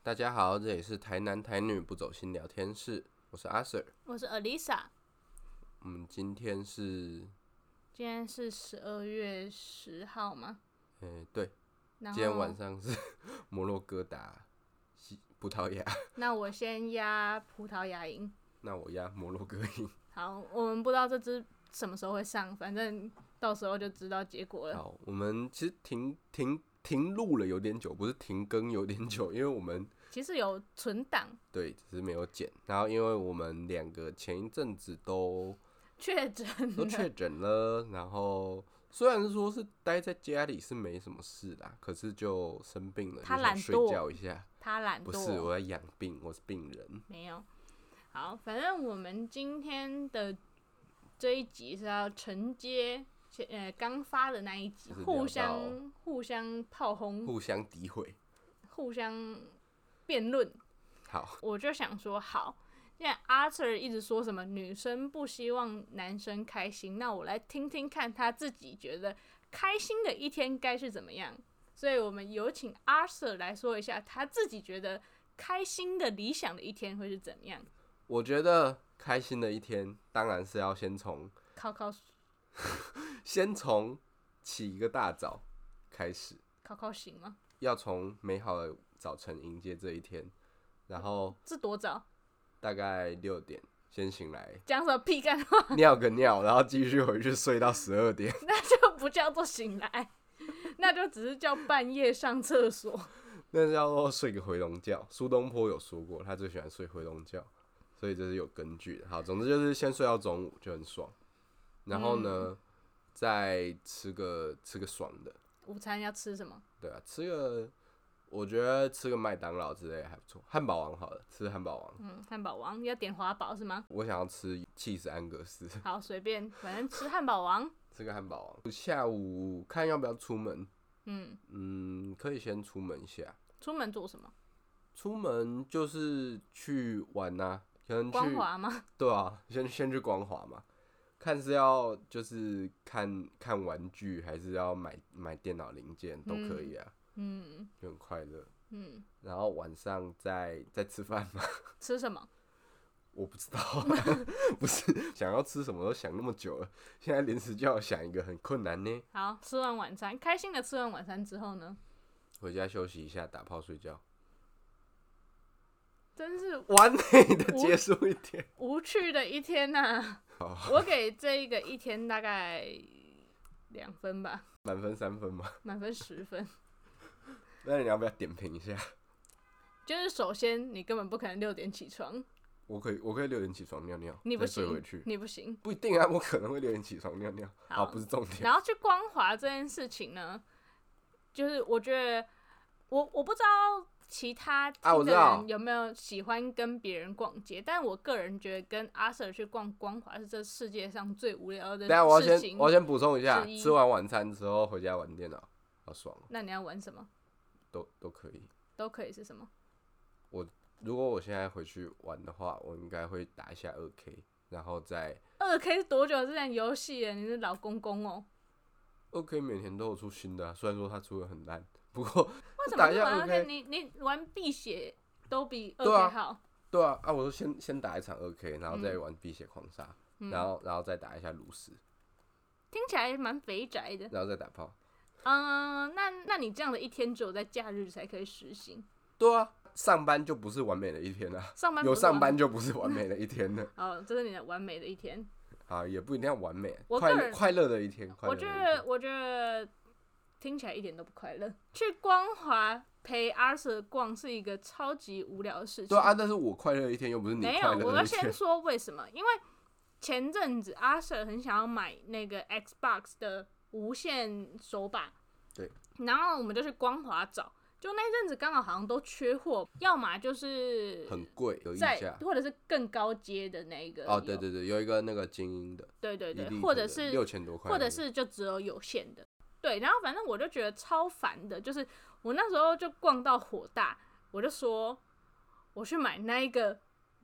大家好，这里是台男台女不走心聊天室，我是阿 Sir， 我是 Alisa。 我们今天是 12月10号吗？ 对，今天晚上是摩洛哥打葡萄牙。 那我先压葡萄牙赢。 那我压摩洛哥赢。 好，我们不知道这支什么时候会上，反正到时候就知道结果了。 好，我们其实停录了有点久，不是停更有点久，因为我们其实有存档， 对，只是没有剪。然后因为我们两个前一阵子都确诊了，然后虽然说是待在家里是没什么事啦，可是就生病了， 他就想睡觉一下。 他懒惰， 不是我在养病，我是病人。 没有。好，反正我们今天的这一集是要承接刚发的那一集，互相炮轰， 互相诋毁， 互相辩论。 好， 我就想说，好，现在 Arthur 一直说什么女生不希望男生开心，那我来听听看他自己觉得开心的一天该是怎么样。所以我们有请 Arthur 来说一下他自己觉得开心的理想的一天会是怎么样。 我觉得开心的一天当然是要先从起一个大早开始， 考醒吗？ 要从美好的早晨迎接这一天，然后这多早？ 大概6点先醒来， 讲什么屁干话？ 尿个尿，然后继续回去睡到12点。 那就不叫做醒来，那就只是叫半夜上厕所。 那叫做睡个回笼觉。苏东坡有说过，他最喜欢睡回笼觉，所以这是有根据的。好，总之就是先睡到中午就很爽，然后呢，再吃个爽的。 午餐要吃什么？ 对啊，我觉得吃个麦当劳之类的还不错。汉堡王好了，吃汉堡王。 汉堡王要点华堡是吗？ 我想要吃cheese安格斯。 好，随便，反正吃汉堡王。 吃个汉堡王。下午看要不要出门。可以先出门一下。 出门做什么？ 出门就是去玩啊，可能去光华吗？ 对啊，先去光华嘛，看是要就是看玩具，还是要买电脑零件都可以啊。就很快乐。然后晚上再吃饭嘛。 吃什么？ 我不知道。不是想要吃什么都想那么久了，现在临时叫我想一个很困难呢。 好，吃完晚餐，开心的吃完晚餐之后呢？ 回家休息一下，打炮睡觉。 真是完美的结束一天， 无趣的一天啊。我给这个一天大概2分吧。 满分3分吗？ 满分10分。 那你要不要点评一下？ 就是首先，你根本不可能6点起床。 我可以6点起床尿尿， 你不行， 再睡回去。 你不行， 不一定啊，我可能会6点起床尿尿。好，不是重点。 然后去光华这件事情呢，就是我觉得我不知道其他听的人有没有喜欢跟别人逛街，但我个人觉得跟阿 Sir 去逛光华是这世界上最无聊的事情。 我先补充一下，吃完晚餐之后回家玩电脑，好爽。 那你要玩什么？ 都可以。 都可以是什么？ 如果我现在回去玩的话，我应该会打一下2K， 然后再 2K 是多久之前游戏耶？你是老公公哦。 2K 每天都有出新的虽然说它出的很烂，不过为什么打一下 2K？ 你玩碧血都比2K 好？ 对啊，我说先打一场2K， 然后再玩碧血狂杀，然后再打一下炉石， 听起来蛮肥宅的。 然后再打炮。 那你这样的一天只有在假日才可以实行。 对啊，上班就不是完美的一天啊。有上班就不是完美的一天了。 这是你的完美的一天。 也不一定要完美， 快乐的一天。 我觉得听起来一点都不快乐。去光华陪 Arthur 逛是一个超级无聊的事情。 对啊，但是我快乐的一天又不是你快乐的一天。 没有，我要先说为什么？因为前阵子 Arthur 很想要买那个 Xbox 的无线手把。 对。 然后我们就去光华找。就那阵子刚好像都缺货，要么就是很贵，有溢价， 或者是更高阶的那个。 对，有一个那个精英的。 对，或者是 6000多块， 或者是就只有线的。对，然后反正我就觉得超烦的，就是我那时候就逛到火大，我就说我去买那一个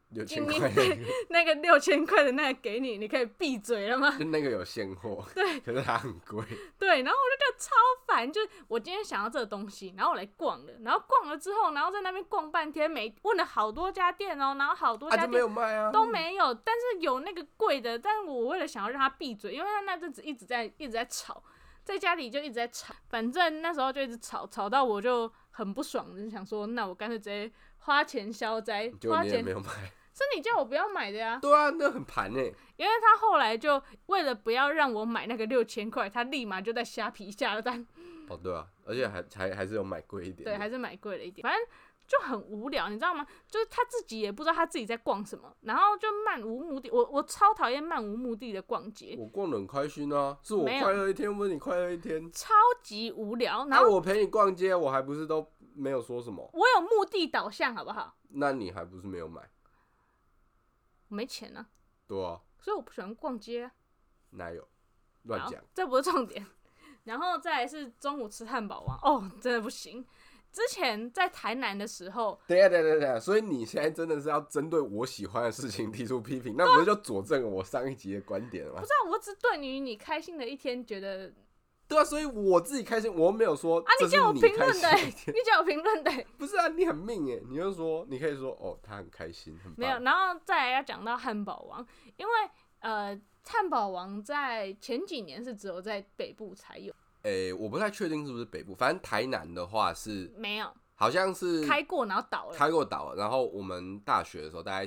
6000块那个6000块的那个给你，你可以闭嘴了吗？ 就那个有现货， 对， 可是它很贵。 对，然后我就觉得超烦，就是我今天想要这个东西，然后我来逛了，然后逛了之后，然后在那边逛半天，问了好多家店哦，然后好多家就没店有卖啊， 都没有，但是有那个贵的，但是我为了想要让他闭嘴，因为他那阵子一直在吵，在家里就一直在吵，反正那时候就一直吵到我就很不爽，就想说那我干脆直接花钱消灾，花钱没有买。 是你叫我不要买的呀。 对啊，那很盘欸。 因为他后来就为了不要让我买那个6000块，他立马就在虾皮下了单。 哦，对啊，而且还是有买贵一点。 对，还是买贵了一点，反正就很无聊，你知道吗？就是他自己也不知道他自己在逛什么，然后就漫无目的。我超讨厌漫无目的的逛街。 我逛得很开心啊，是我快乐一天，不是你快乐一天。 超级无聊。然后我陪你逛街，我还不是都没有说什么。 我有目的导向，好不好？ 那你还不是没有买？ 我没钱啊。 对啊。 所以我不喜欢逛街啊。 哪有？乱讲。 这不是重点。然后再来是中午吃汉堡王，哦，真的不行。之前在台南的时候， 等一下，所以你现在真的是要针对我喜欢的事情提出批评，那不是就佐证了我上一集的观点了吗？ 不是啊，我只对你开心的一天觉得。 对啊，所以我自己开心，我没有说啊，你叫我评论的， 你叫我评论的， 不是啊，你很命哎，你就说，你可以说哦，他很开心，很棒。 没有，然后再来要讲到汉堡王，因为汉堡王在前几年是只有在北部才有。 我不太确定是不是北部，反正台南的话是没有， 好像是开过然后倒了， 然后我们大学的时候大概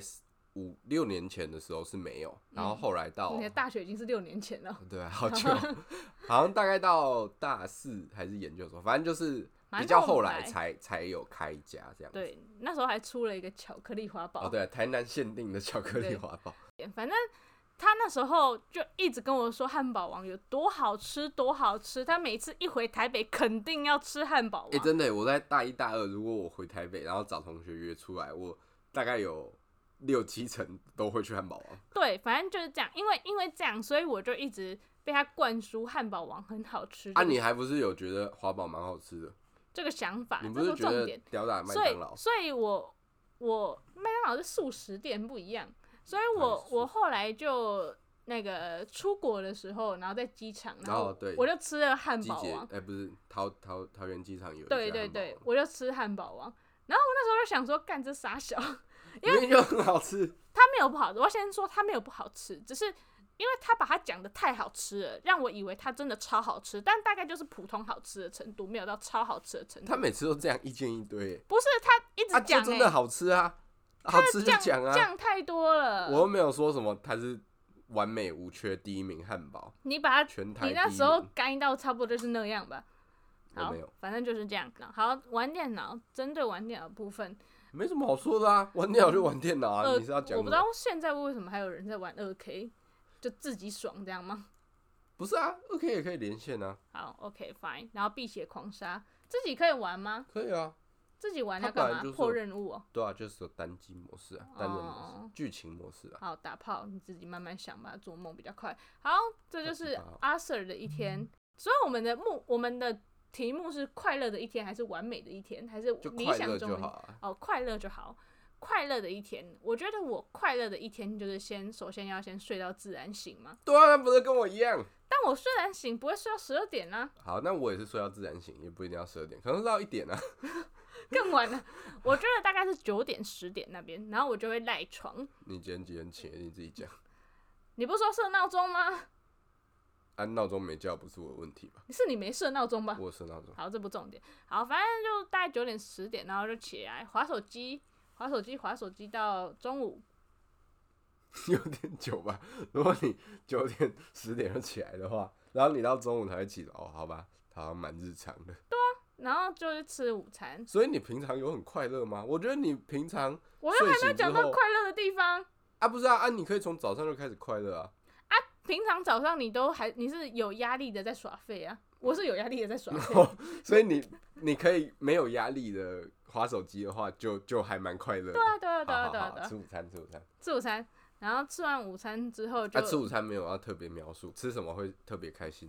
5-6年前的时候是没有，然后后来到你的大学已经是6年前了， 对啊，好久，好像大概到大4还是研究所，反正就是比较后来才有开一家这样子。 对，那时候还出了一个巧克力华堡。 哦，对，台南限定的巧克力华堡。 反正他那时候就一直跟我说汉堡王有多好吃，多好吃。他每次一回台北，肯定要吃汉堡王。 真的，我在大1、大2，如果我回台北，然后找同学约出来，我大概有6-7成都会去汉堡王。 对，反正就是这样，因为这样，所以我就一直被他灌输汉堡王很好吃。 啊，你还不是有觉得华堡蛮好吃的？ 这个想法， 你不是觉得吊打麦当劳？ 所以我麦当劳是素食店不一样，所以我后来就那个出国的时候，然后在机场，然后我就吃了汉堡王。 不是桃园机场有一家对，我就吃汉堡王。然后我那时候就想说，干这傻小， 因为就很好吃。 它没有不好吃，我先说它没有不好吃，只是因为他把它讲的太好吃了，让我以为它真的超好吃，但大概就是普通好吃的程度，没有到超好吃的程度。 他每次都这样一件一堆。 不是，他一直讲真的好吃啊，好吃就讲啊， 酱太多了。 我又没有说什么它是完美无缺第1名汉堡。 你把它全台第1名， 你那时候干到差不多就是那样吧。好， 没有， 反正就是这样。好，玩电脑，针对玩电脑的部分， 没什么好说的啊，玩电脑就玩电脑啊。你是要讲什么？ 我不知道现在为什么还有人在玩2K， 就自己爽这样吗？ 不是啊，2K 也可以连线啊。 好 ，OK fine， 然后碧血狂杀自己可以玩吗？ 可以啊。 自己玩要干嘛？破任务哦。 对啊，就是有单机模式啊，单人模式，剧情模式啊。 好，打炮你自己慢慢想吧，做梦比较快。好，这就是阿 Sir 的一天。所以我们的题目是快乐的一天，还是完美的一天，还是理想中的？哦，快乐就好。快乐的一天，我觉得我快乐的一天就是首先要先睡到自然醒嘛。 对啊，那不是跟我一样？ 但我虽然醒不会睡到12点啊。 好，那我也是睡到自然醒，也不一定要12点，可能是到1点啊。 更晚了，我觉得大概是9点10点那边，然后我就会赖床。 你今天几点起？你自己讲。 你不是说设闹钟吗？ 闹钟没叫不是我的问题吧？ 是你没设闹钟吧？ 我设闹钟。 好，这不重点。好，反正就大概9点10点，然后就起来滑手机到中午。 有点久吧？如果你9点10点就起来的话，然后你到中午才会起床，好吧，好像蛮日常的。 对啊，然后就是吃午餐。 所以你平常有很快乐吗？我觉得你平常我又还没有讲到快乐的地方啊，不是啊，你可以从早上就开始快乐啊。 平常早上你是有压力的在耍废啊，我是有压力的在耍废。 所以你可以没有压力的滑手机的话，就还蛮快乐的。 对啊。 吃午餐。 然后吃完午餐之后就吃午餐没有要特别描述，吃什么会特别开心？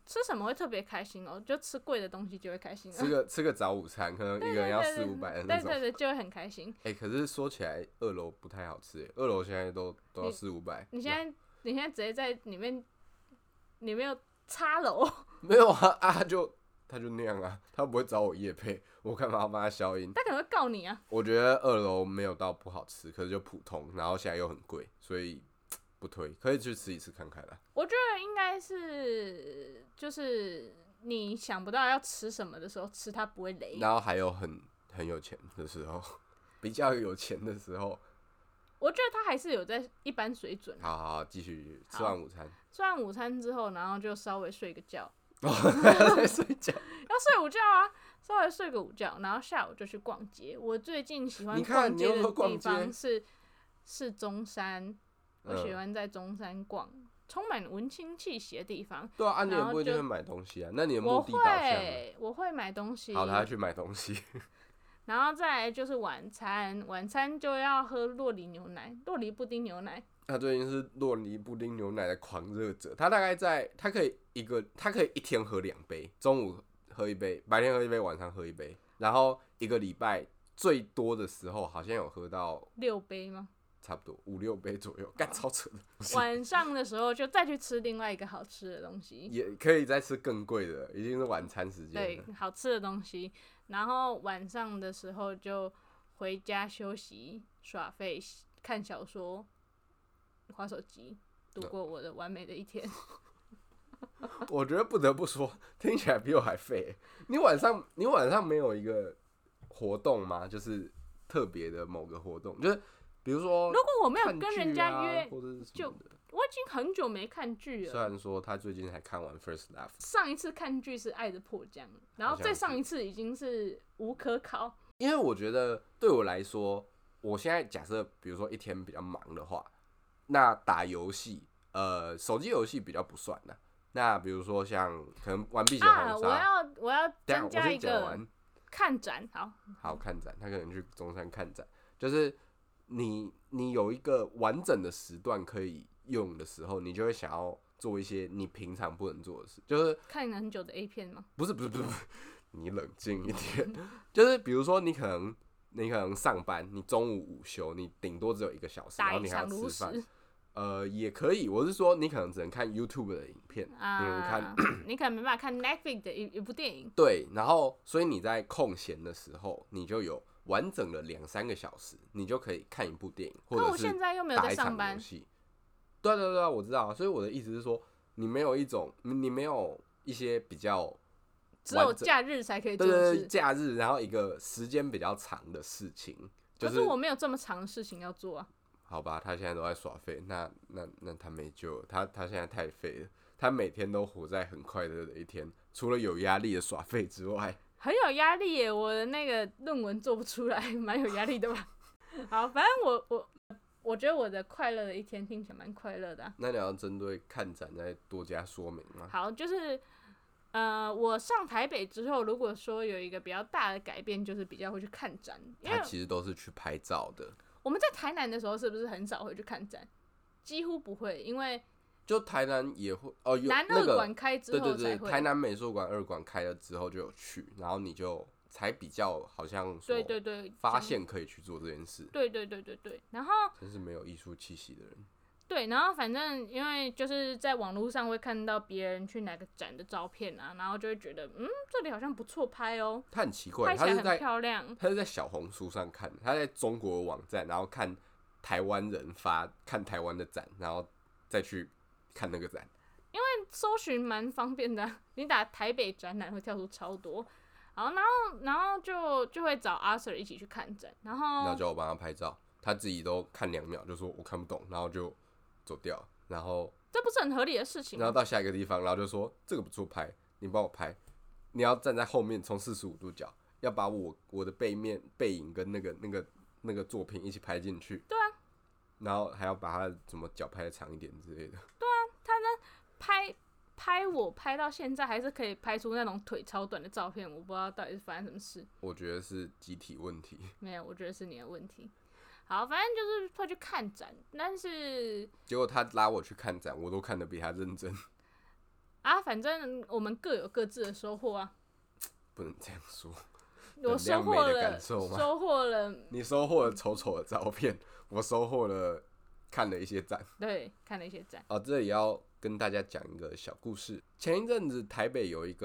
吃什么会特别开心哦？就吃贵的东西就会开心吃个早午餐，可能一个人要400-500的那种。 对，就会很开心。 可是说起来，2楼不太好吃，2楼现在都要400-500。 你现在直接在里面有插楼？ 没有啊，他就那样啊，他不会找我业配，我干嘛要帮他消音？ 他可能会告你啊。 我觉得2楼没有到不好吃，可是就普通，然后现在又很贵，所以不推，可以去吃一次看看啦。 我觉得应该是就是你想不到要吃什么的时候吃，它不会雷。 然后还有很有钱的时候，比较有钱的时候， 我觉得他还是有在一般水准。 好，继续吃完午餐。 吃完午餐之后，然后就稍微睡个觉。 在睡觉。 要睡午觉啊，稍微睡个午觉，然后下午就去逛街。我最近喜欢逛街的地方是中山，我喜欢在中山逛，充满文青气息的地方。 对啊，你也不一定会买东西啊，那你的目的导向我会买东西。 好，他去买东西。 然后再来就是晚餐，晚餐就要喝酪梨牛奶、酪梨布丁牛奶。 他最近是酪梨布丁牛奶的狂热者，他大概他可以一天喝2杯，中午喝1杯，白天喝1杯，晚上喝1杯，然后一个礼拜最多的时候好像有喝到 6杯吗？ 差不多5-6杯左右，干超扯的。 晚上的时候就再去吃另外一个好吃的东西， 也可以再吃更贵的，已经是晚餐时间了。 对，好吃的东西。然后晚上的时候就回家休息、耍废、看小说、滑手机，度过我的完美的一天。 我觉得不得不说，听起来比我还废。你晚上没有一个活动吗？就是特别的某个活动，就是比如说， 如果我没有跟人家约， 或者是什么的。 我已经很久没看剧了。 虽然说他最近才看完《First Love》， 上一次看剧是《爱的迫降》，然后再上一次已经是《无可考》。 因为我觉得对我来说，我现在假设比如说一天比较忙的话，那打游戏，手机游戏比较不算的。那比如说像可能玩碧血红沙，我要增加一个看展， 好看展，他可能去中山看展，就是你有一个完整的时段可以用的时候，你就会想要做一些你平常不能做的事，就是看很久的 A 片吗？ 不是，你冷静一点，就是比如说你可能上班，你中午午休，你顶多只有1个小时，然后你还要吃饭。也可以，我是说你可能只能看 YouTube 的影片， 你可能没办法看 Netflix 的一部电影。 对，然后所以你在空闲的时候，你就有完整的2-3个小时，你就可以看一部电影，或者是我现在又没有在上班。 对，我知道，所以我的意思是说，你没有一些比较只有假日才可以做的事， 对，假日，然后一个时间比较长的事情。可是我没有这么长的事情要做啊。 好吧，他现在都在耍废，那他没救了，他现在太废了，他每天都活在很快乐的一天，除了有压力的耍废之外， 很有压力耶，我的那个论文做不出来，蛮有压力的吧。好，反正我觉得我的快乐的一天听起来蛮快乐的那你要针对看展再多加说明吗？ 好，就是我上台北之后，如果说有一个比较大的改变，就是比较会去看展，因为他其实都是去拍照的。 我们在台南的时候是不是很少会去看展？几乎不会，因为就台南也会有南二馆开之后才会。 对，台南美术馆2馆开了之后就有去，然后你就才比较好像说对发现可以去做这件事。 对，然后真是没有艺术气息的人。 对，然后反正因为就是在网络上会看到别人去哪个展的照片啊，然后就会觉得这里好像不错拍哦。 他很奇怪， 拍起来很漂亮。 他是在小红书上看，他在中国网站，然后看台湾人看台湾的展，然后再去看那个展。 因为搜寻蛮方便的，你打台北展览会跳出超多，然后就会找阿 Sir 一起去看展，然后叫我帮他拍照，他自己都看2秒就说我看不懂，然后就走掉，然后这不是很合理的事情吗？ 然后到下一个地方，然后就说这个不错拍，你帮我拍，你要站在后面从45度角，要把我的背影跟那个作品一起拍进去。 对啊， 然后还要把他什么脚拍的长一点之类的。 对啊，他呢拍我拍到现在还是可以拍出那种腿超短的照片，我不知道到底是发生什么事。 我觉得是集体问题。 没有，我觉得是你的问题。好，反正就是会去看展，但是结果他拉我去看展，我都看得比他认真。 啊，反正我们各有各自的收获啊。 不能这样说。 我收获了， 你收获了丑丑的照片，我收获了看了一些展。 对，看了一些展。 这里要跟大家讲一个小故事。前一阵子台北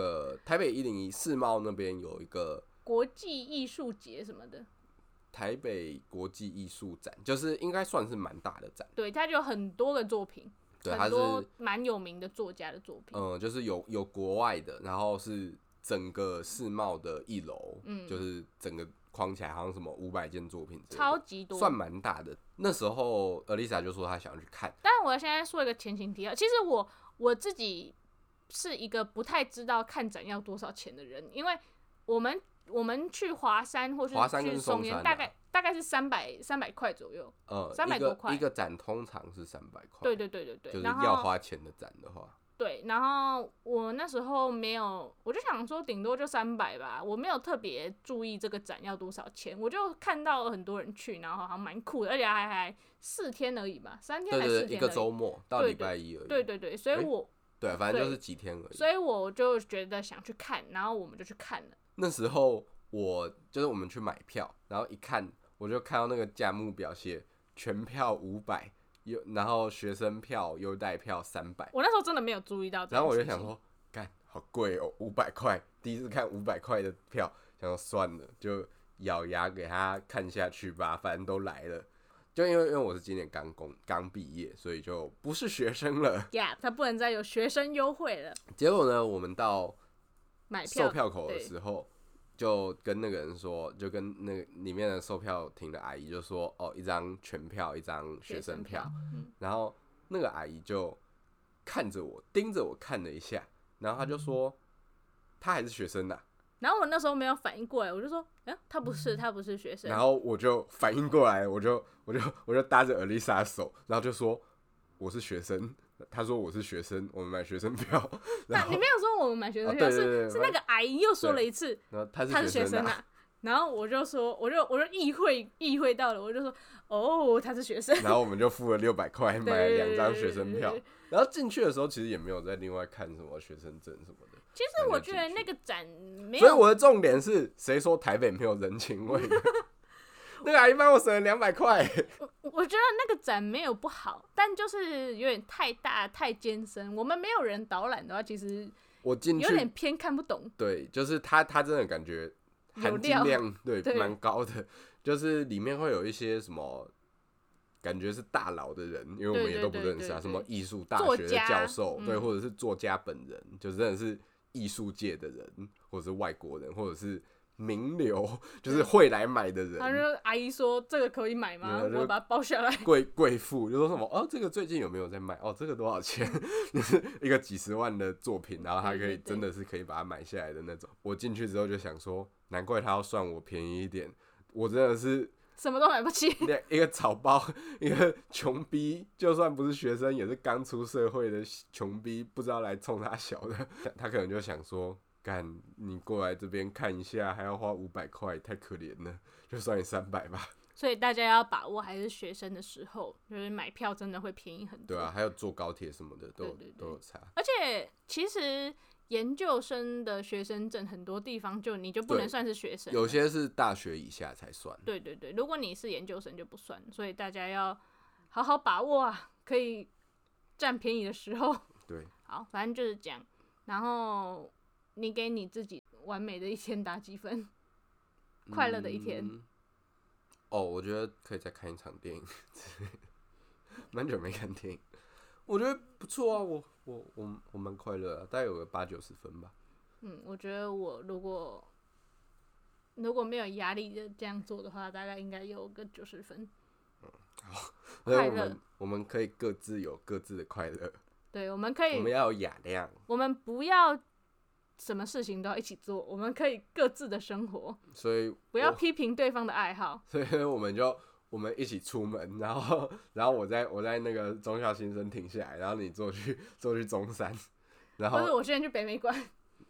101世贸那边有一个国际艺术节什么的。 台北国际艺术展，就是应该算是蛮大的展。 对，它就有很多个作品， 对， 很多蛮有名的作家的作品。 就是有国外的，然后是整个世贸的1楼，就是整个框起来，好像什么500件作品之类的， 超级多， 算蛮大的。那时候Alisa 就说她想要去看， 但我现在说一个前情提要，其实我自己是一个不太知道看展要多少钱的人，因为我们去华山或是去松烟，大概是300块左右，300多块一个展通常是300块， 对， 就是要花钱的展的话。 对，然后我那时候没有，我就想说顶多就300吧，我没有特别注意这个展要多少钱，我就看到很多人去，然后好像蛮酷的，而且还4天而已吧，3天还是4天而已， 对，一个周末到礼拜一而已。 对，所以对，反正就是几天而已。 所以我就觉得想去看，然后我们就去看了。 那时候我们去买票，然后一看我就看到那个价目表写全票500，然后学生票优待票300。 我那时候真的没有注意到这件事情， 然后我就想说，干好贵哦，500块，第一次看500块的票，想说算了，就咬牙给他看下去吧，反正都来了。就因为我是今年刚毕业，所以就不是学生了。 他不能再有学生优惠了。 结果呢，我们到买票售票口的时候，就跟那个人说，就跟那个里面的售票亭的阿姨就说，一张全票，一张学生票。然后那个阿姨就看着我，盯着我看了一下，然后她就说，她还是学生啊。 然后我那时候没有反应过来，我就说，他不是学生。 然后我就反应过来，我就搭着 Alisa 的手，然后就说我是学生。他说我是学生，我们买学生票。 那你没有说我们买学生票， 对， 是那个阿姨又说了一次， 然后他是学生啊。然后我就说，我就意会到了，我就说他是学生。 然后我们就付了600块买了2张学生票。然后进去的时候其实也没有再另外看什么学生证什么的。 其实我觉得那个展没有， 所以我的重点是，谁说台北没有人情味？那个阿姨帮我省了200块。 我觉得那个展没有不好，但就是有点太大太艰深。我们没有人导览的话，其实我进去有点偏看不懂。 对，就是他真的感觉含金量对蛮高的，就是里面会有一些什么。感觉是大佬的人，因为我们也都不认识啊，什么艺术大学的教授，对，或者是作家本人，就真的是艺术界的人，或者是外国人，或者是名流，就是会来买的人。 他就阿姨说这个可以买吗？我把它包下来。 贵妇就说什么这个最近有没有在卖？这个多少钱？就是一个几十万的作品，然后他可以真的是可以把它买下来的那种。我进去之后就想说，难怪他要算我便宜一点，我真的是。 什么都买不起， 一个草包，一个穷逼，就算不是学生，也是刚出社会的穷逼，不知道来冲他小的，他可能就想说，干你过来这边看一下，还要花500块，太可怜了，就算你300吧。 所以大家要把握还是学生的时候，就是买票真的会便宜很多。 对啊，还有坐高铁什么的都有差。 而且其实研究生的学生证很多地方你就不能算是学生， 有些是大学以下才算。 对，如果你是研究生就不算，所以大家要好好把握啊，可以占便宜的时候。 对， 好，反正就是这样。然后你给你自己完美的一天打几分？快乐的一天。 我觉得可以再看一场电影，蛮久没看电影。我觉得不错啊，我蛮快乐啊，大概有个80-90分吧。 我觉得我如果没有压力的这样做的话，大概应该有个90分。 好，快乐。我们可以各自有各自的快乐。 对，我们可以。 我们要有雅量。 我们不要什么事情都要一起做，我们可以各自的生活。 所以不要批评对方的爱好。 所以我们一起出门，然后我在那个忠孝新生停下来，然后你坐去中山，然后或者我现在去北美馆。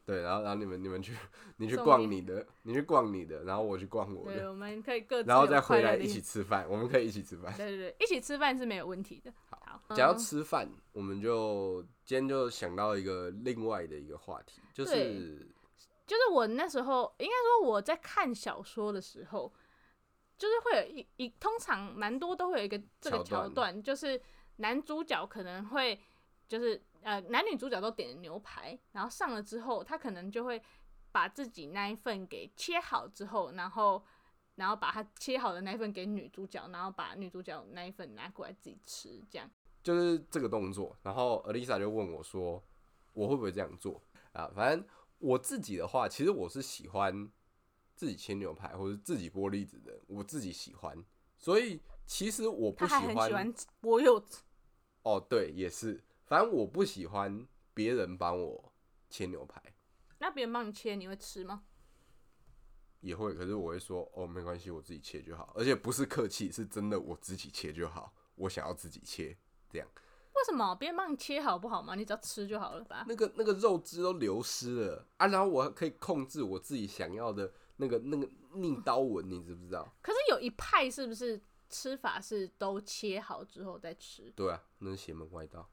对，然后你去逛你的，然后我去逛我的， 对，我们可以各自然后再有快乐的回来一起吃饭，我们可以一起吃饭。 对对对，一起吃饭是没有问题的。好， 讲到吃饭，我们今天就想到一个另外的一个话题，就是我那时候应该说我在看小说的时候，就是会有通常蛮多都会有一个这个桥段，就是男主角可能会就是男女主角都点了牛排，然后上了之后，他可能就会把自己那一份给切好之后，然后把他切好的那一份给女主角，然后把女主角那一份拿过来自己吃，这样。 就是这个动作。然后 Alisa 就问我说，我会不会这样做啊？反正我自己的话，其实我是喜欢自己切牛排或者自己剥栗子的，我自己喜欢，所以其实我不喜欢。 他还很喜欢剥柚子。 哦，对，也是，反正我不喜欢别人帮我切牛排。 那别人帮你切，你会吃吗？ 也会，可是我会说哦，没关系，我自己切就好，而且不是客气，是真的我自己切就好，我想要自己切，这样。 为什么别人帮你切好不好吗？你只要吃就好了吧？ 那个肉汁都流失了啊，然后我可以控制我自己想要的那个逆刀纹，你知不知道？ 可是有一派是不是吃法是都切好之后再吃？ 对啊，那是邪门歪道。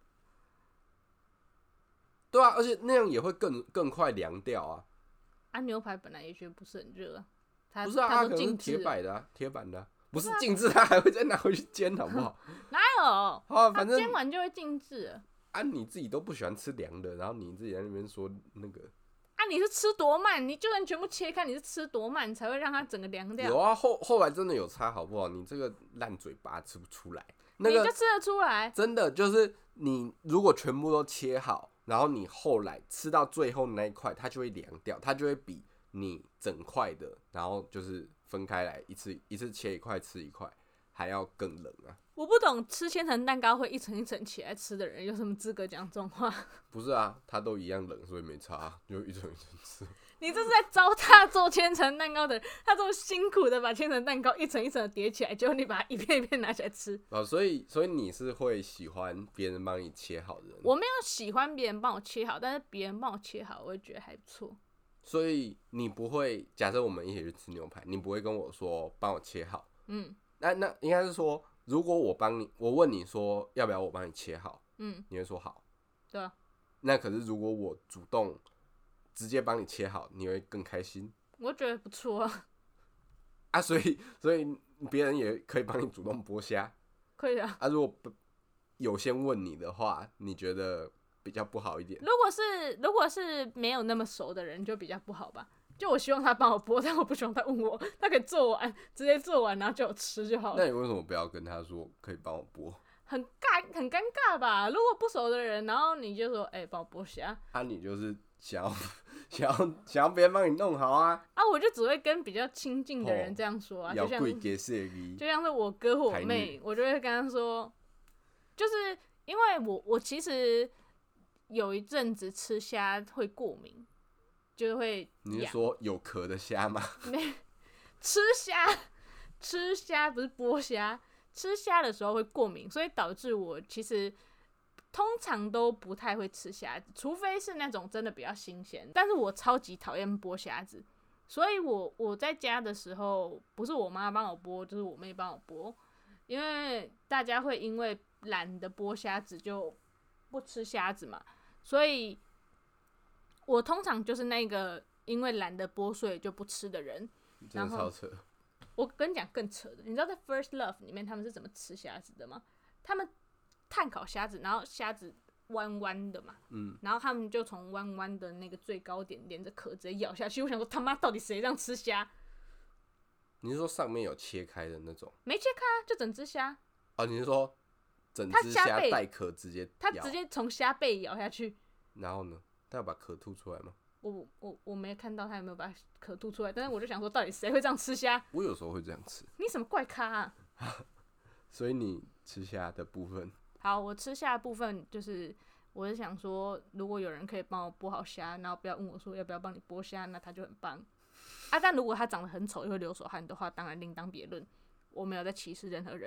对啊，而且那样也会更快凉掉啊。 啊，牛排本来也觉得不是很热啊， 不是啊，它可能是铁板的啊，铁板的啊，不是静置，它还会再拿回去煎，好不好？ 哪有？ 啊，反正煎完就会静置了。 啊，你自己都不喜欢吃凉的，然后你自己在那边说那个。 啊，你是吃多慢？你就算全部切开，你是吃多慢才会让它整个凉掉？ 有啊，后来真的有差，好不好？你这个烂嘴巴吃不出来，你就吃得出来。 真的就是你如果全部都切好，然后你后来吃到最后那一块，它就会凉掉，它就会比你整块的，然后就是分开来一次切一块吃一块，还要更冷啊！ 我不懂吃千层蛋糕会一层一层起来吃的人有什么资格讲这种话？ 不是啊，它都一样冷，所以没差啊，就一层一层吃。 你这是在糟蹋做千层蛋糕的人，他这么辛苦的把千层蛋糕一层一层的叠起来，结果你把它一片一片拿起来吃。 所以你是会喜欢别人帮你切好的人？ 我没有喜欢别人帮我切好，但是别人帮我切好，我会觉得还不错。 所以你不会，假设我们一起去吃牛排，你不会跟我说帮我切好。那应该是说，如果我问你说要不要我帮你切好，你会说好。 对啊。 那可是如果我主动直接帮你切好，你会更开心。 我觉得不错啊。 啊，所以别人也可以帮你主动剥虾。 可以啊。 啊，如果有先问你的话，你觉得比较不好一点？ 如果是没有那么熟的人，就比较不好吧。就我希望他帮我剥，但我不希望他问我，他可以做完，直接做完，然后叫我吃就好了。 那你为什么不要跟他说可以帮我剥？ 很尴尬吧？如果不熟的人，然后你就说，帮我剥虾。啊， 你就是想要别人帮你弄好啊？ 啊，我就只会跟比较亲近的人这样说啊，就像是我哥或我妹，我就会跟他说，就是因为我其实有一阵子吃虾会过敏。就会你是说有壳的虾吗？ 没，吃虾不是剥虾，吃虾的时候会过敏，所以导致我其实通常都不太会吃虾子，除非是那种真的比较新鲜。但是我超级讨厌剥虾子，所以我在家的时候，不是我妈帮我剥，就是我妹帮我剥，因为大家会因为懒得剥虾子就不吃虾子嘛，所以。我通常就是那个因为懒得剥碎就不吃的人， 真的超扯。 我跟你讲更扯的，你知道在 First Love 里面他们是怎么吃虾子的吗？他们炭烤虾子，然后虾子弯弯的嘛，然后他们就从弯弯的那个最高点连着壳直接咬下去。我想说他妈到底谁这样吃虾？ 你是说上面有切开的那种？ 没切开啊，就整只虾。 哦，你是说整只虾带壳直接咬？ 他直接从虾背咬下去。 然后呢？他要把壳吐出来吗？ 我没看到他有没有把壳吐出来，但是我就想说，到底谁会这样吃虾？ 我有时候会这样吃。 你什么怪咖啊？ 所以你吃虾的部分？ 好，我吃虾的部分就是，我是想说，如果有人可以帮我剥好虾，然后不要问我说要不要帮你剥虾，那他就很棒啊。但如果他长得很丑又会流手汗的话，当然另当别论。我没有在歧视任何人。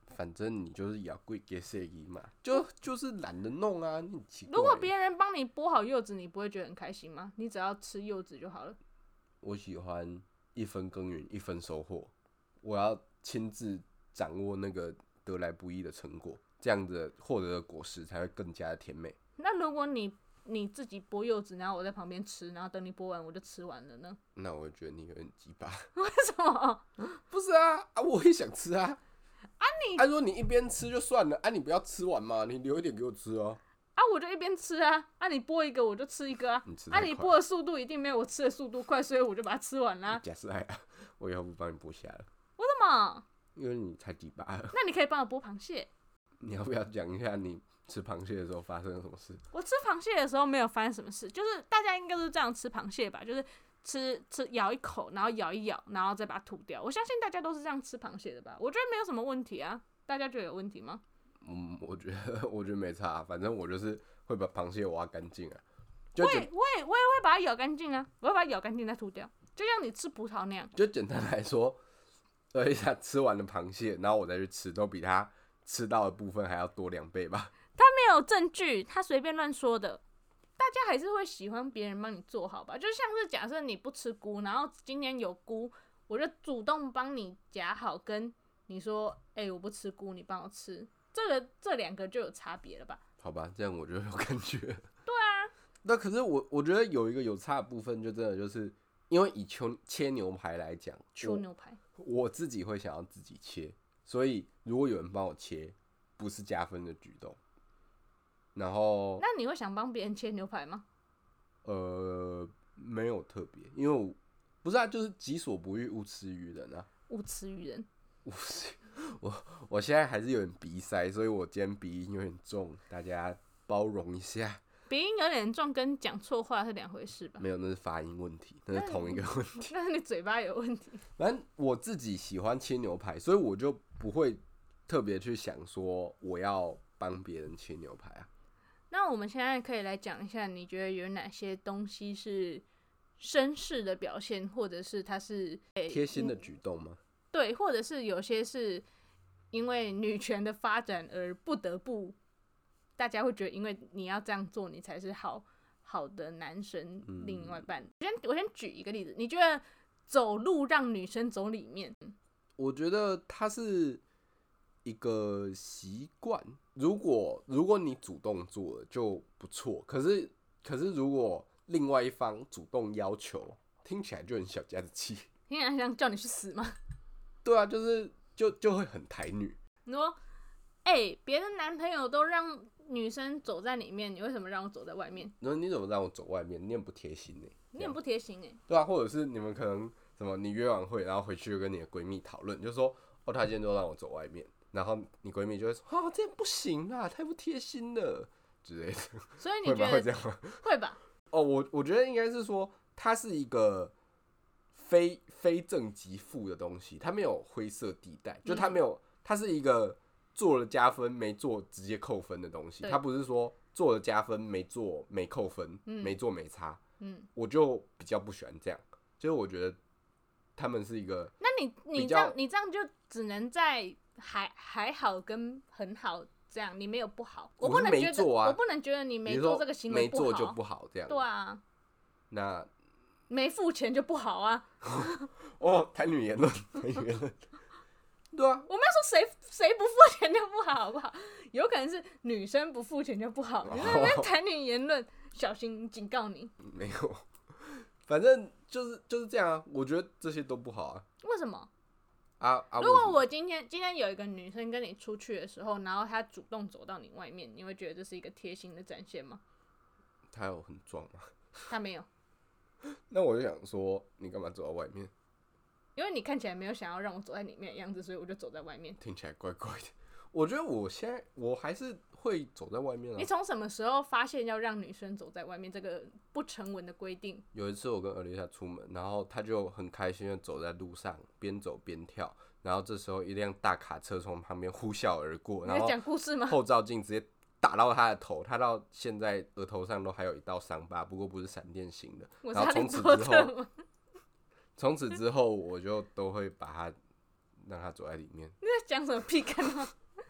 反正你就是咬贵给谁嘛，就是懒得弄啊，你很奇怪。 如果别人帮你剥好柚子，你不会觉得很开心吗？你只要吃柚子就好了。 我喜欢一分耕耘一分收获，我要亲自掌握那个得来不易的成果，这样子获得的果实才会更加的甜美。 那如果你自己剥柚子，然后我在旁边吃，然后等你剥完我就吃完了呢？ 那我觉得你有点鸡巴。 为什么？ 不是啊，我也想吃啊。按说你一边吃就算了，你不要吃完嘛，你留一点给我吃哦。 我就一边吃啊，你剥一个我就吃一个啊。你剥的速度一定没有我吃的速度快，所以我就把它吃完啦。 假设我以后不帮你剥虾了。 为什么？ 因为你太鸡巴了。 那你可以帮我剥螃蟹。 你要不要讲一下你吃螃蟹的时候发生了什么事？ 我吃螃蟹的时候没有发生什么事，就是大家应该都是这样吃螃蟹吧，就是吃咬一口，然后咬一咬，然后再把它吐掉。我相信大家都是这样吃螃蟹的吧？我觉得没有什么问题啊，大家觉得有问题吗？ 我觉得没差，反正我就是会把螃蟹挖干净啊。 我也会把它咬干净啊，我会把它咬干净再吐掉，就像你吃葡萄那样。 就简单来说，而且他吃完了螃蟹，然后我再去吃，都比他吃到的部分还要多2倍吧。 他没有证据，他随便乱说的。大家还是会喜欢别人帮你做好吧？就像是假设你不吃菇，然后今天有菇，我就主动帮你夹好，跟你说，我不吃菇，你帮我吃。这2个就有差别了吧？ 好吧，这样我就有感觉。 对啊。 那可是我觉得有一个有差的部分，就真的就是因为以切牛排来讲， 牛排我自己会想要自己切，所以如果有人帮我切，不是加分的举动。然后， 那你会想帮别人切牛排吗？ 没有特别，因为我不是啊，就是己所不欲，勿施于人啊。 勿施于人。 我现在还是有点鼻塞，所以我今天鼻音有点重，大家包容一下。 鼻音有点重跟讲错话是2回事吧？ 没有，那是发音问题，那是同一个问题。 那是你嘴巴有问题。 反正我自己喜欢切牛排，所以我就不会特别去想说我要帮别人切牛排啊。 那我们现在可以来讲一下，你觉得有哪些东西是绅士的表现，或者是它是贴心的举动吗？ 对，或者是有些是因为女权的发展而不得不，大家会觉得因为你要这样做，你才是好的男生另外一半。我先举一个例子，你觉得走路让女生走里面？ 我觉得它是一个习惯，如果你主动做了就不错，可是如果另外一方主动要求，听起来就很小家子气， 听起来像叫你去死吗？ 对啊，就会很台女。 你说，别的男朋友都让女生走在里面，你为什么让我走在外面？ 你怎么让我走外面？你很不贴心欸。 你很不贴心欸。 对啊，或者是你们可能什么，你约完会，然后回去就跟你的闺蜜讨论，就说他今天都让我走外面，然后你闺蜜就会说这样不行啊，太不贴心了之类的。 所以你觉得会这样吗？ 会吧？ 我觉得应该是说，它是一个非正即负的东西，它没有灰色地带，就它是一个做了加分没做直接扣分的东西，它不是说做了加分没做没扣分，没做没差。我就比较不喜欢这样，就是我觉得他们是一个。 那你这样就只能在还好跟很好这样，你没有不好。我不能觉得，我不能觉得你没做这个行为不好， 没做就不好这样。 对啊。 那没付钱就不好啊。 台女言论，台女言论。对啊， 我没有说谁不付钱就不好，好不好？有可能是女生不付钱就不好。你在那边台女言论，小心警告你。 没有，反正就是这样啊。我觉得这些都不好啊。 为什么？ 如果我今天有一个女生跟你出去的时候，然后她主动走到你外面，你会觉得这是一个贴心的展现吗？ 她有很壮吗？ 她没有。 那我就想说，你干嘛走到外面？ 因为你看起来没有想要让我走在里面的样子，所以我就走在外面。 听起来怪怪的。我觉得我还是会走在外面啊。 你从什么时候发现要让女生走在外面这个不成文的规定？ 有一次我跟尔丽莎出门，然后她就很开心的走在路上，边走边跳。然后这时候一辆大卡车从旁边呼啸而过，然后讲故事吗？ 后照镜直接打到她的头，她到现在额头上都还有一道伤疤，不过不是闪电型的。然后从此之后，我就都会把她让她走在里面。 你在讲什么屁干话？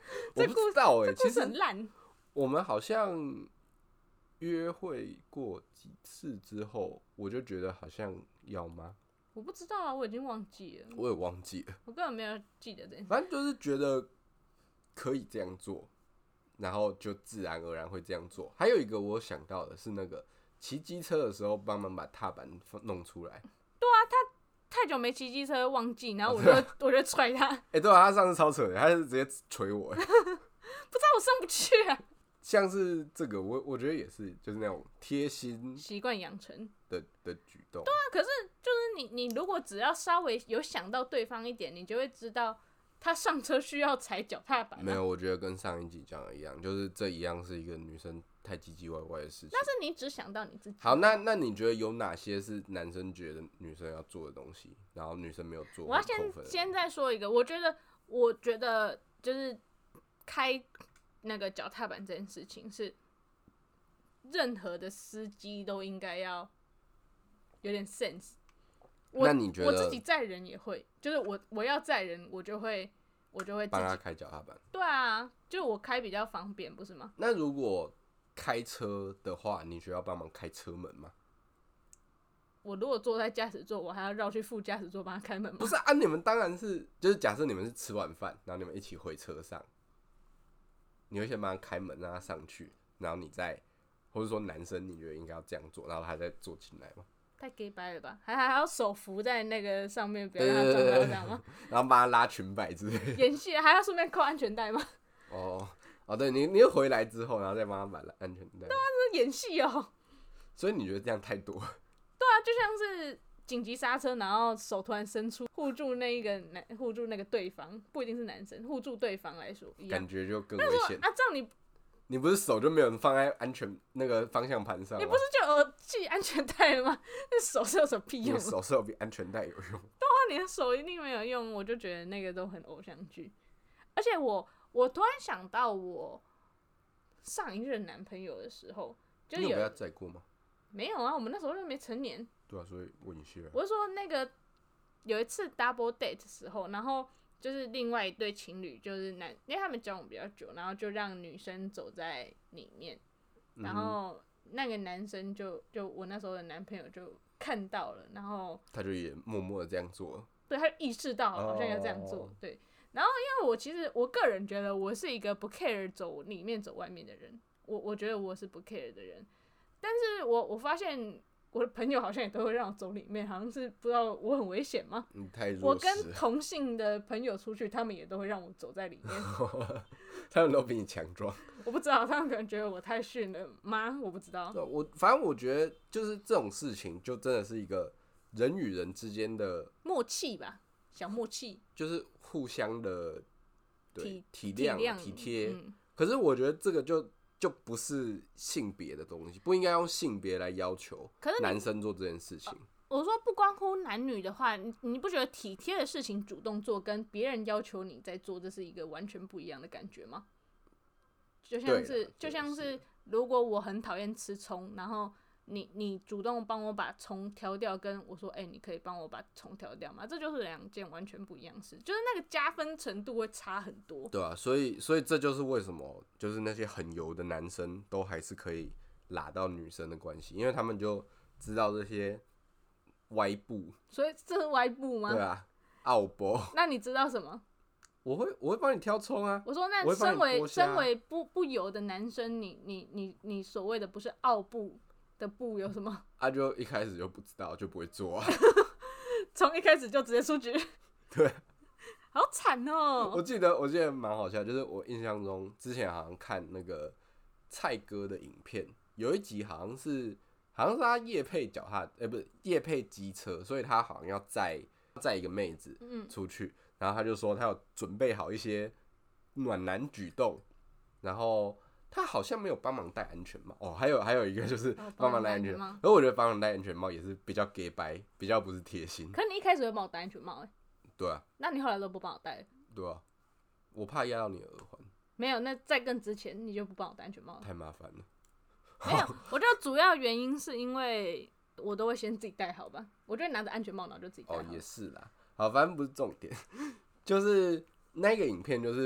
我不知道其实很烂。 我们好像约会过几次之后，我就觉得好像要吗？ 我不知道啊，我已经忘记了。 我也忘记了， 我根本没有记得这件事。 反正就是觉得可以这样做，然后就自然而然会这样做。还有一个我想到的是那个骑机车的时候帮忙把踏板弄出来。 对啊，他太久没骑机车忘记，然后我就踹他。 对啊，他上次超扯的，他是直接捶我。不知道我上不去啊。 像是这个，我觉得也是，就是那种贴心习惯养成的举动。 对啊，可是就是你如果只要稍微有想到对方一点，你就会知道他上车需要踩脚踏板。 没有，我觉得跟上一集讲的一样，就是这一样是一个女生太唧唧歪歪的事情。 但是你只想到你自己。 好，那你觉得有哪些是男生觉得女生要做的东西，然后女生没有做？ 我要先再说一个，我觉得就是开那个脚踏板这件事情是任何的司机都应该要有点 sense。 那你觉得我自己载人也会，就是我要载人，我就会帮他开脚踏板。 对啊，就我开比较方便，不是吗？ 那如果开车的话，你需要帮忙开车门吗？ 我如果坐在驾驶座，我还要绕去副驾驶座帮他开门吗？ 不是啊，你们当然是，就是假设你们是吃完饭，然后你们一起回车上，你会先帮他开门，让他上去，然后你再，或者说男生你觉得应该要这样做，然后他再坐进来吗？ 太 gay 掰了吧，还要手扶在那个上面，不要让他撞到这样吗？ 然后帮他拉裙摆之类的。 演戏还要顺便扣安全带吗？ 对，你又回来之后，然后再帮他把安全带。 对啊，这是演戏哦。 所以你觉得这样太多？ 对啊，就像是紧急刹车，然后手突然伸出护住那个对方，不一定是男生，护住对方来说一样， 感觉就更危险啊。这样你不是手就没有人放在安全那个方向盘上吗？ 你不是就有系安全带了吗？那手是有什么屁用？ 你手是有比安全带有用。 对啊，你的手一定没有用，我就觉得那个都很偶像剧。而且我突然想到，我上一任男朋友的时候，就你有被他载过吗？ 没有啊，我们那时候就没成年。 对啊，所以问一下。 我是说那个有一次 double date 的时候，然后就是另外一对情侣，就是因为他们交往比较久，然后就让女生走在里面，然后那个男生就我那时候的男朋友就看到了，然后他就也默默的这样做了。 对，他意识到好像要这样做，对。然后因为其实我个人觉得我是一个不 care 走里面走外面的人，我觉得我是不 care 的人，但是我发现我的朋友好像也都会让我走里面，好像是不知道我很危险吗？ 太弱势了。 我跟同性的朋友出去，他们也都会让我走在里面。 他们都比你强壮。 我不知道，他们可能觉得我太逊了吗？我不知道。 反正我觉得就是这种事情，就真的是一个人与人之间的默契吧，小默契， 就是互相的体谅、 体贴。可是我觉得这个就不是性别的东西，不应该用性别来要求男生做这件事情。 我说不关乎男女的话，你不觉得体贴的事情主动做，跟别人要求你在做，这是一个完全不一样的感觉吗？就像是，如果我很讨厌吃葱，然后你主动帮我把葱挑掉，跟我说，你可以帮我把葱挑掉吗？这就是两件完全不一样的事，就是那个加分程度会差很多。 对啊，所以这就是为什么，就是那些很油的男生都还是可以拉到女生的关系，因为他们就知道这些歪步。 所以这是歪步吗？ 对啊，奥博。 那你知道什么？ 我会帮你挑葱啊。 我说，那身为不油的男生，你所谓的不是奥步的步有什么？ 就一开始就不知道，就不会做啊。 从一开始就直接出局。 对， 好惨哦。 我记得蛮好笑，就是我印象中之前好像看那个蔡哥的影片，有一集好像是他业配脚踏，不是业配机车，所以他好像要载一个妹子出去。然后他就说他有准备好一些暖男举动，然后他好像没有帮忙戴安全帽。还有一个就是帮忙戴安全帽。而我觉得帮忙戴安全帽也是比较 gay 掰，比较不是贴心。 可是你一开始会帮我戴安全帽对啊。 那你后来都不帮我戴？ 对啊，我怕压到你耳环。 没有，那在更之前你就不帮我戴安全帽了。 太麻烦了。 没有，我觉得主要原因是因为我都会先自己戴好吧，我就会拿着安全帽然后就自己戴好。 也是啦。好，反正不是重点，就是那个影片，就是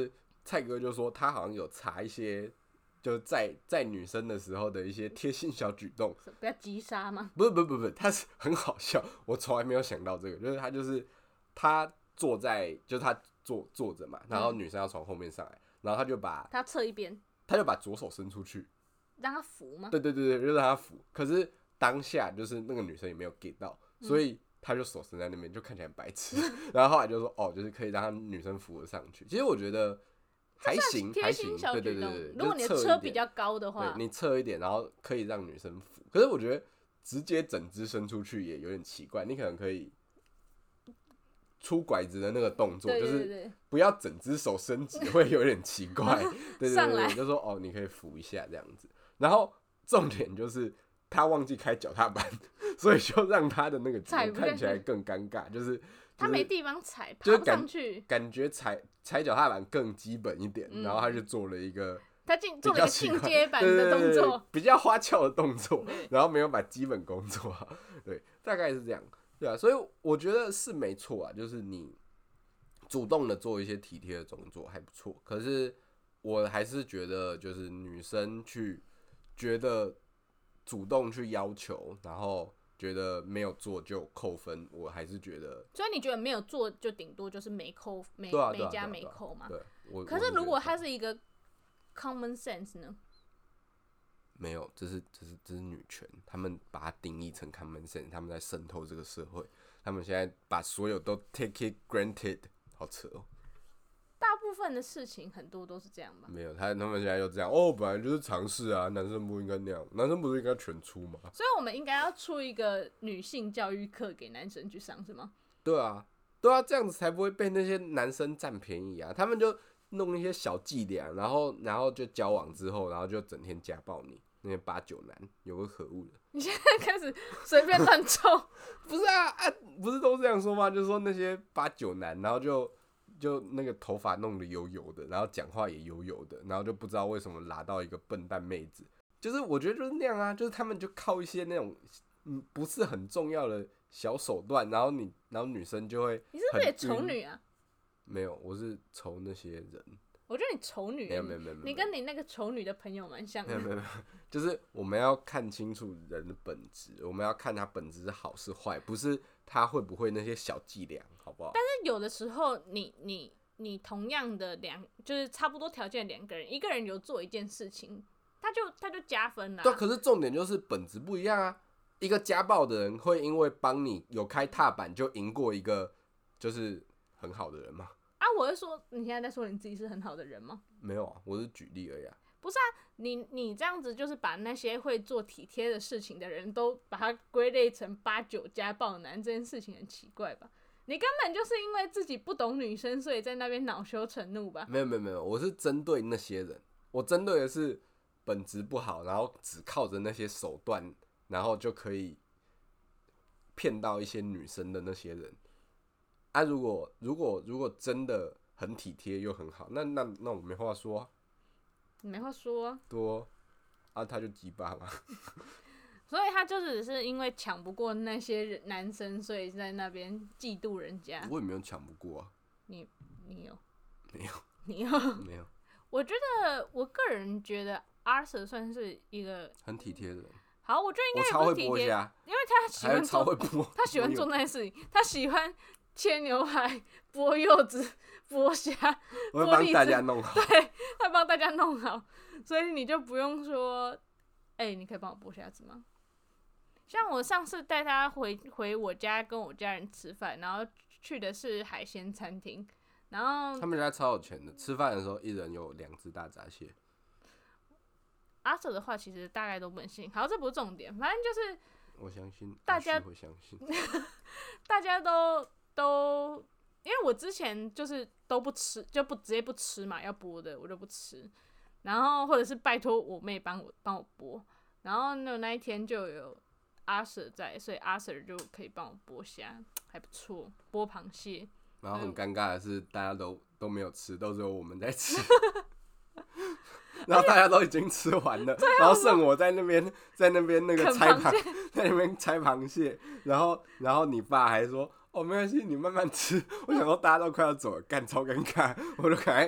蔡哥就说他好像有查一些，就在女生的时候的一些贴心小举动， 不要击杀吗？ 不是，他是很好笑，我从来没有想到这个，就是他坐在，就是他坐着嘛，然后女生要从后面上来，然后他就把他侧一边， 他就把左手伸出去， 让他扶吗？ 对，就让他扶。可是当下就是那个女生也没有 get 到，所以他就手伸在那边，就看起来很白痴。然后后来就说哦，就是可以让他女生扶得上去。其实我觉得还行， 贴心小举动。 对。 如果你的车比较高的话， 对，你侧一点，然后可以让女生扶。可是我觉得直接整只伸出去也有点奇怪，你可能可以出拐子的那个动作，就是不要整只手伸直，会有点奇怪。对，就说哦，你可以扶一下这样子。然后重点就是他忘记开脚踏板，所以就让他的那个举动看起来更尴尬，就是他没地方踩，爬不上去， 感觉踩脚踏板更基本一点，然后他就做了一个。 他做了一个进阶版的动作， 比较花俏的动作，然后没有把基本功做好，对，大概是这样，对啊，所以我觉得是没错啊，就是你主动的做一些体贴的动作还不错，可是我还是觉得就是女生去觉得主动去要求，然后觉得没有做就扣分，我还是觉得， 所以你觉得没有做就顶多就是没扣，没加没扣嘛？ 对， 可是如果它是一个common sense 呢？ 没有，这是女权，他们把它定义成 common sense， 他们在渗透这个社会，他们现在把所有都 take it granted， 好扯哦。 大部分的事情很多都是这样吧？ 没有，他们现在就这样哦，本来就是尝试啊，男生不应该那样，男生不是应该全出吗？ 所以我们应该要出一个女性教育课给男生去上，是吗？ 对啊，这样子才不会被那些男生占便宜啊，他们就弄一些小伎俩，然后就交往之后，然后就整天家暴你，那些8-9男，有个可恶的。 你现在开始随便乱凑？ 不是啊，不是都这样说吗？就是说那些8-9男，然后就那个头发弄得油油的，然后讲话也油油的，然后就不知道为什么拉到一个笨蛋妹子，就是我觉得就是那样啊，就是他们就靠一些那种不是很重要的小手段，然后女生就会， 你是不是也丑女啊？ 没有，我是仇那些人。 我觉得你丑女， 没有， 你跟你那个丑女的朋友蛮像的。 没有，就是我们要看清楚人的本质，我们要看他本质是好是坏，不是他会不会那些小伎俩，好不好？ 但是有的时候你同样的就是差不多条件的2个人，一个人有做一件事情，他就加分啦。 对，可是重点就是本质不一样啊。一个家暴的人会因为帮你有开踏板就赢过一个就是很好的人吗？ 啊，我是说，你现在在说你自己是很好的人吗？ 没有啊，我是举例而已啊。 不是啊，你这样子就是把那些会做体贴的事情的人都把它归类成8-9家暴男，这件事情很奇怪吧？你根本就是因为自己不懂女生，所以在那边恼羞成怒吧？ 没有，我是针对那些人，我针对的是本质不好，然后只靠着那些手段，然后就可以骗到一些女生的那些人。啊，如果真的很体贴又很好，那我没话说啊。 你没话说啊。 多啊，他就鸡巴嘛。 所以他就只是因为抢不过那些男生，所以在那边嫉妒人家。 我也没有抢不过啊。 你有？ 没有。 你有？ 没有。 我觉得我个人觉得 Arthur 算是一个很体贴的人。 好，我觉得应该也不是体贴，因为他喜欢做，他喜欢做那些事情，他喜欢切牛排、剥柚子、剥虾， 我会帮大家弄好。 对，他帮大家弄好，所以你就不用说，你可以帮我剥虾子吗？像我上次带他回我家跟我家人吃饭，然后去的是海鲜餐厅，然后他们家超有钱的，吃饭的时候一人有2只大闸蟹。 阿哲的话其实大概都不能信，好，这不是重点，反正就是我相信大家会相信， 大家都，因为我之前就是都不吃，就直接不吃嘛，要剥的我就不吃，然后或者是拜托我妹帮我剥，然后那一天就有阿 Sir 在，所以阿 Sir 就可以帮我剥虾，还不错，剥螃蟹。 然后很尴尬的是，大家都没有吃，都只有我们在吃。然后大家都已经吃完了，然后剩我在那边那个拆在那边拆螃蟹，然后你爸还说哦没关系，你慢慢吃。我想说大家都快要走了，干超尴尬，我就赶快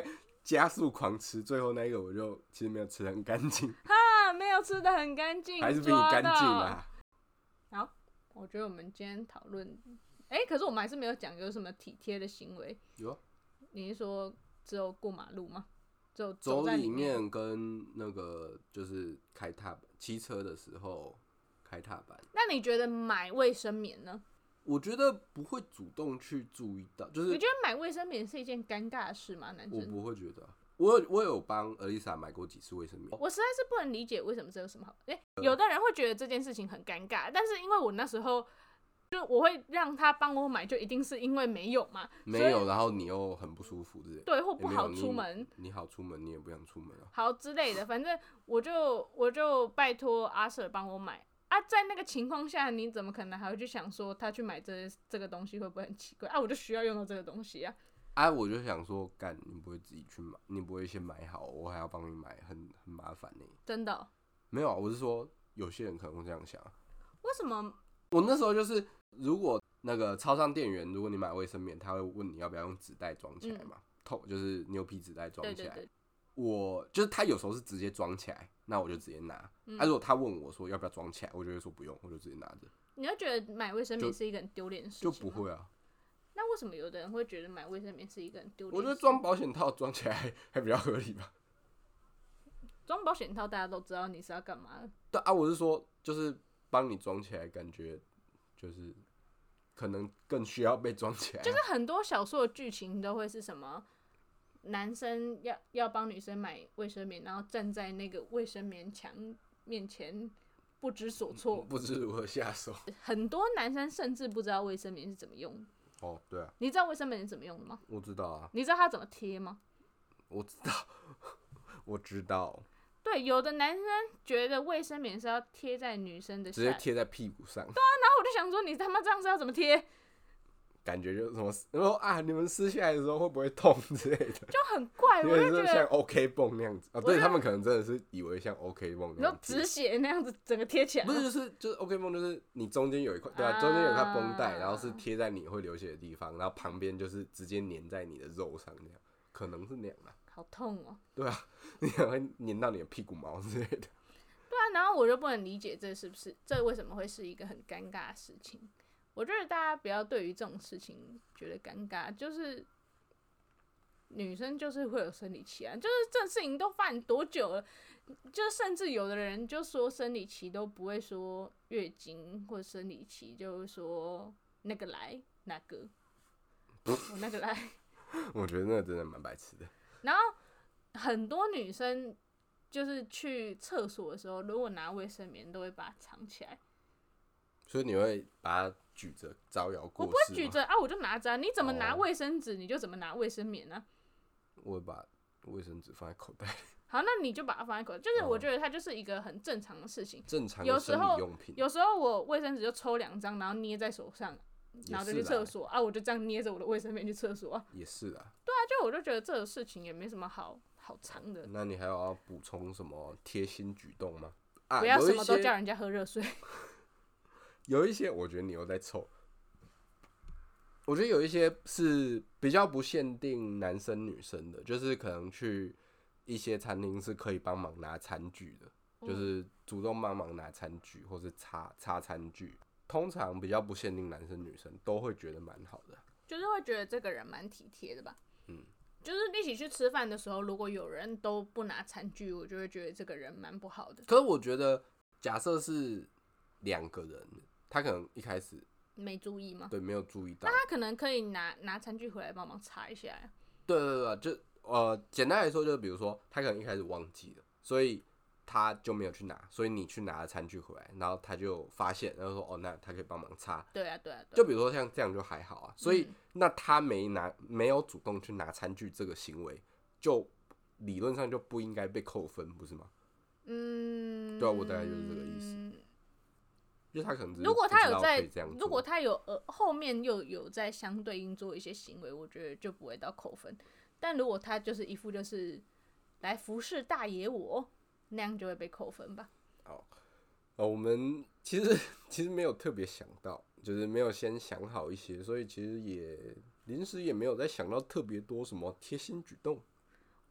加速狂吃，最后那个我就其实没有吃得很干净， 哈，没有吃的很干净， 还是比你干净啊。 好，我觉得我们今天讨论，可是我们还是没有讲有什么体贴的行为。 有， 你是说只有过马路吗？只有走在里面跟那个就是开踏板，骑车的时候开踏板。 那你觉得买卫生棉呢？ 我觉得不会主动去注意到，就是你觉得买卫生棉是一件尴尬的事吗？男生？ 我不会觉得啊、我有帮 Elisa 买过几次卫生棉。 我实在是不能理解为什么这有什么好。有的人会觉得这件事情很尴尬，但是因为我那时候就我会让他帮我买，就一定是因为没有嘛。 没有，然后你又很不舒服之类的。 对，或不好出门。 你好出门，你也不想出门啊。 好之类的，反正我就拜托阿 Sir 帮我买。啊，在那个情况下，你怎么可能还会去想说他去买这个东西会不会很奇怪啊？我就需要用到这个东西啊！ 我就想说，干，你不会自己去买，你不会先买好，我还要帮你买，很麻烦呢。 真的哦？ 没有啊，我是说有些人可能会这样想。 为什么？ 我那时候就是，如果那个超商店员，如果你买卫生棉，他会问你要不要用纸袋装起来嘛，就是牛皮纸袋装起来。 对。 我就是他有时候是直接装起来，那我就直接拿。如果他问我说要不要装起来，我就会说不用，我就直接拿着。 你会觉得买卫生棉是一个很丢脸的事情吗？ 就不会啊。 那为什么有的人会觉得买卫生棉是一个很丢脸？ 我觉得装保险套装起来还比较合理吧。 装保险套大家都知道你是要干嘛的。 对啊，我是说就是帮你装起来，感觉就是可能更需要被装起来。 就是很多小说的剧情都会是什么？男生要帮女生买卫生棉，然后站在那个卫生棉墙面前不知所措， 不知如何下手。 很多男生甚至不知道卫生棉是怎么用的。 哦，对啊。 你知道卫生棉是怎么用的吗？ 我知道啊。 你知道它怎么贴吗？ 我知道，我知道。 对，有的男生觉得卫生棉是要贴在女生的直接贴在屁股上。对啊，然后我就想说，你他妈这样是要怎么贴？ 感觉就是什么，然后啊，你们撕下来的时候会不会痛之类的， 就很怪。我就觉得像 OK 绷那样子啊，对他们可能真的是以为像 OK 绷那样， 止血那样子整个贴起来。 不是，就是 OK 绷，就是你中间有一块，对啊，中间有一块绷带，然后是贴在你会流血的地方，然后旁边就是直接粘在你的肉上那样，可能是那样啦。 好痛哦。 对啊，你可能会粘到你的屁股毛之类的。 对啊，然后我就不能理解这为什么会是一个很尴尬的事情。我觉得大家不要对于这种事情觉得尴尬，就是女生就是会有生理期啊，就是这种事情都发生多久了，就甚至有的人就说生理期都不会说月经或者生理期，就是说那个来那个，我那个来。 我觉得那个真的蛮白痴的。 然后很多女生就是去厕所的时候，如果拿卫生棉都会把它藏起来。 所以你会把它举着招摇过市吗？ 我不会举着啊，我就拿着啊。你怎么拿卫生纸，你就怎么拿卫生棉啊。 我会把卫生纸放在口袋里。 好，那你就把它放在口袋，就是我觉得它就是一个很正常的事情。 正常的生理用品。 有时候我卫生纸就抽2张，然后捏在手上，然后就去厕所啊，我就这样捏着我的卫生棉去厕所啊。 也是啦。 对啊，我就觉得这个事情也没什么好藏的。 那你还有要补充什么贴心举动吗？ 不要什么都叫人家喝热水。 有一些我觉得你又在凑，我觉得有一些是比较不限定男生女生的，就是可能去一些餐厅是可以帮忙拿餐具的，就是主动帮忙拿餐具或是擦餐具，通常比较不限定男生女生，都会觉得蛮好的， 就是会觉得这个人蛮体贴的吧。就是一起去吃饭的时候，如果有人都不拿餐具，我就会觉得这个人蛮不好的。 可是我觉得，假设是2个人。他可能一开始没注意吗？ 对，没有注意到。 那他可能可以拿餐具回来帮忙擦一下呀。 对，就简单来说，就是比如说他可能一开始忘记了，所以他就没有去拿，所以你去拿了餐具回来，然后他就发现，然后说哦，那他可以帮忙擦。 对啊。 就比如说像这样就还好啊，所以那他没有主动去拿餐具这个行为，就理论上就不应该被扣分，不是吗？对啊，我大概就是这个意思。他可能如果他有在， 如果他有后面又有在相对应做一些行为，我觉得就不会到扣分。但如果他就是一副就是来服侍大爷我那样，就会被扣分吧。 我们其实没有特别想到，就是没有先想好一些，所以其实也临时也没有再想到特别多什么贴心举动。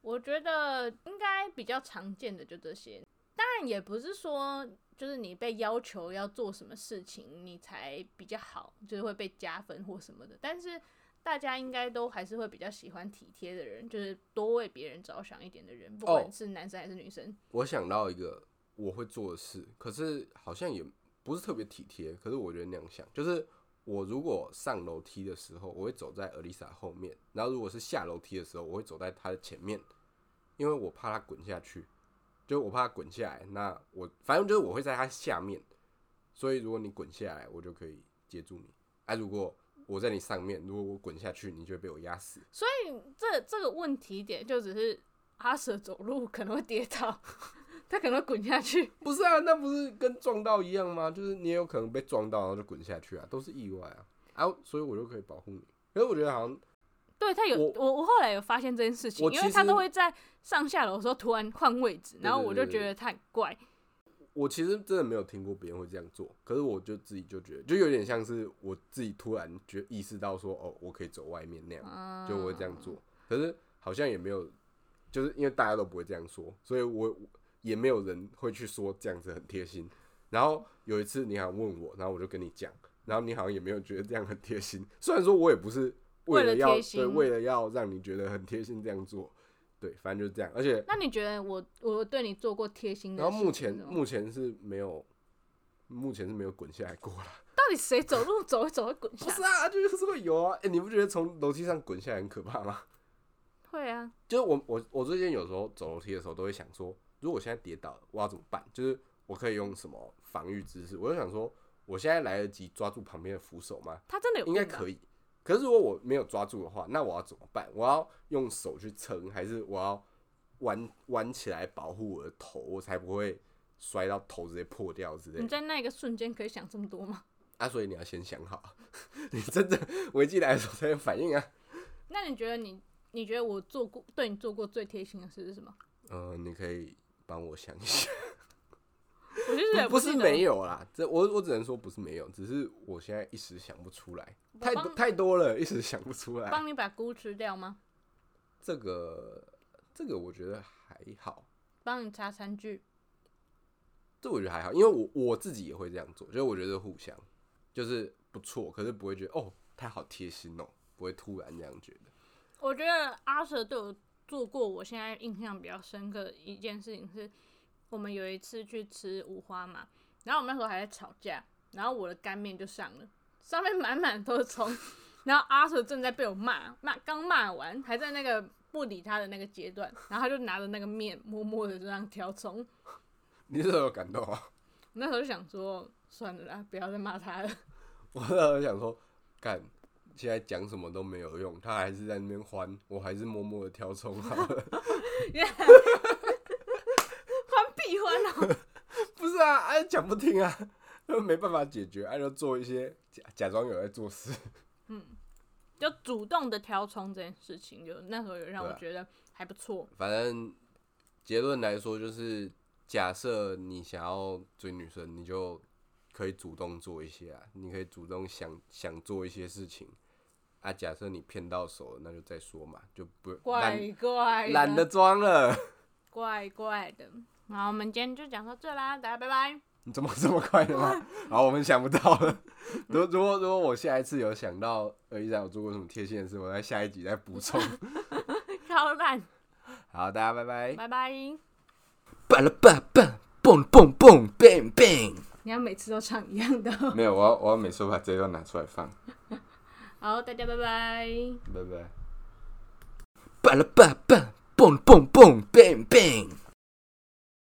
我觉得应该比较常见的就这些，当然也不是说就是你被要求要做什么事情你才比较好，就是会被加分或什么的，但是大家应该都还是会比较喜欢体贴的人，就是多为别人着想一点的人，不管是男生还是女生。 我想到一个我会做的事，可是好像也不是特别体贴，可是我觉得那样想，就是我如果上楼梯的时候，我会走在Elisa后面，然后如果是下楼梯的时候，我会走在她的前面，因为我怕她滚下去，就我怕她滚下来，那我反正就是我会在她下面，所以如果你滚下来，我就可以接住你。如果我在你上面，如果我滚下去，你就会被我压死。 所以这个问题点就只是阿蛇走路可能会跌倒，他可能会滚下去。 不是啊，那不是跟撞到一样吗？就是你也有可能被撞到，然后就滚下去啊，都是意外啊。所以我就可以保护你。可是我觉得好像， 对他有我后来有发现这件事情，因为他都会在上下楼的时候突然换位置，然后我就觉得他很怪。 我其实真的没有听过别人会这样做，可是我就自己就觉得，就有点像是我自己突然意识到说，哦，我可以走外面那样，就我会这样做。可是好像也没有，就是因为大家都不会这样说，所以我也没有人会去说这样子很贴心。然后有一次你好像问我，然后我就跟你讲，然后你好像也没有觉得这样很贴心。虽然说我也不是为了要让你觉得很贴心这样做。对，反正就是这样，而且那你觉得我对你做过贴心的事？ 然后目前是没有滚下来过啦。 到底谁走路走一走会滚下来？ 不是啊，就是会有啊。你不觉得从楼梯上滚下来很可怕吗？ 会啊。 就是我最近有时候走楼梯的时候都会想说，如果我现在跌倒了，我要怎么办？就是我可以用什么防御姿势？我就想说，我现在来得及抓住旁边的扶手吗？ 他真的有， 应该可以。可是如果我没有抓住的话，那我要怎么办？我要用手去撑，还是我要弯起来保护我的头，我才不会摔到头直接破掉之类的？你在那个瞬间可以想这么多吗？ 所以你要先想好，你真的危机来的时候才有反应啊。 那你觉得你觉得我对你做过最贴心的事是什么？ 你可以帮我想一下。 我就是也不是没有啦，我只能说不是没有，只是我现在一时想不出来，太多了，一时想不出来。 帮你把菇吃掉吗？ 这个我觉得还好。 帮你擦餐具， 这我觉得还好，因为我自己也会这样做，就是我觉得互相就是不错，可是不会觉得他好贴心哦，不会突然这样觉得。 我觉得阿蛇对我做过，我现在印象比较深刻的一件事情是，我们有一次去吃五花嘛，然后我们那时候还在吵架，然后我的干面就上了，上面满满都是葱，然后阿 Sir 正在被我刚骂完，还在那个不理他的那个阶段，然后他就拿着那个面默默的这样挑葱。 你是有感动啊？ 那时候就想说，算了啦，不要再骂他了。 我那时候想说，干，现在讲什么都没有用，他还是在那边欢，我还是默默的挑葱好了。 必欢哦。 不是啊，讲不听啊，没办法解决，就做一些假装有在做事。 就主动的挑葱这件事情，就那时候有让我觉得还不错。 反正结论来说，就是假设你想要追女生，你就可以主动做一些啊，你可以主动想做一些事情啊。假设你骗到手了，那就再说嘛，就不怪怪的， 懒得装了， 怪怪的。好，我们今天就讲到这啦，大家拜拜。 你怎么这么快的吗？好，我们想不到了。如果我下一次有想到Elisa有做过什么贴心的事，我在下一集再补充。 超烂。 好，大家拜拜。 拜拜。 巴拉巴巴，蹦蹦蹦，bang bang。 你要每次都唱一样的没有，我要每次把这一段拿出来放。 好，大家拜拜。 拜拜。巴拉巴巴，蹦蹦蹦，bang bang。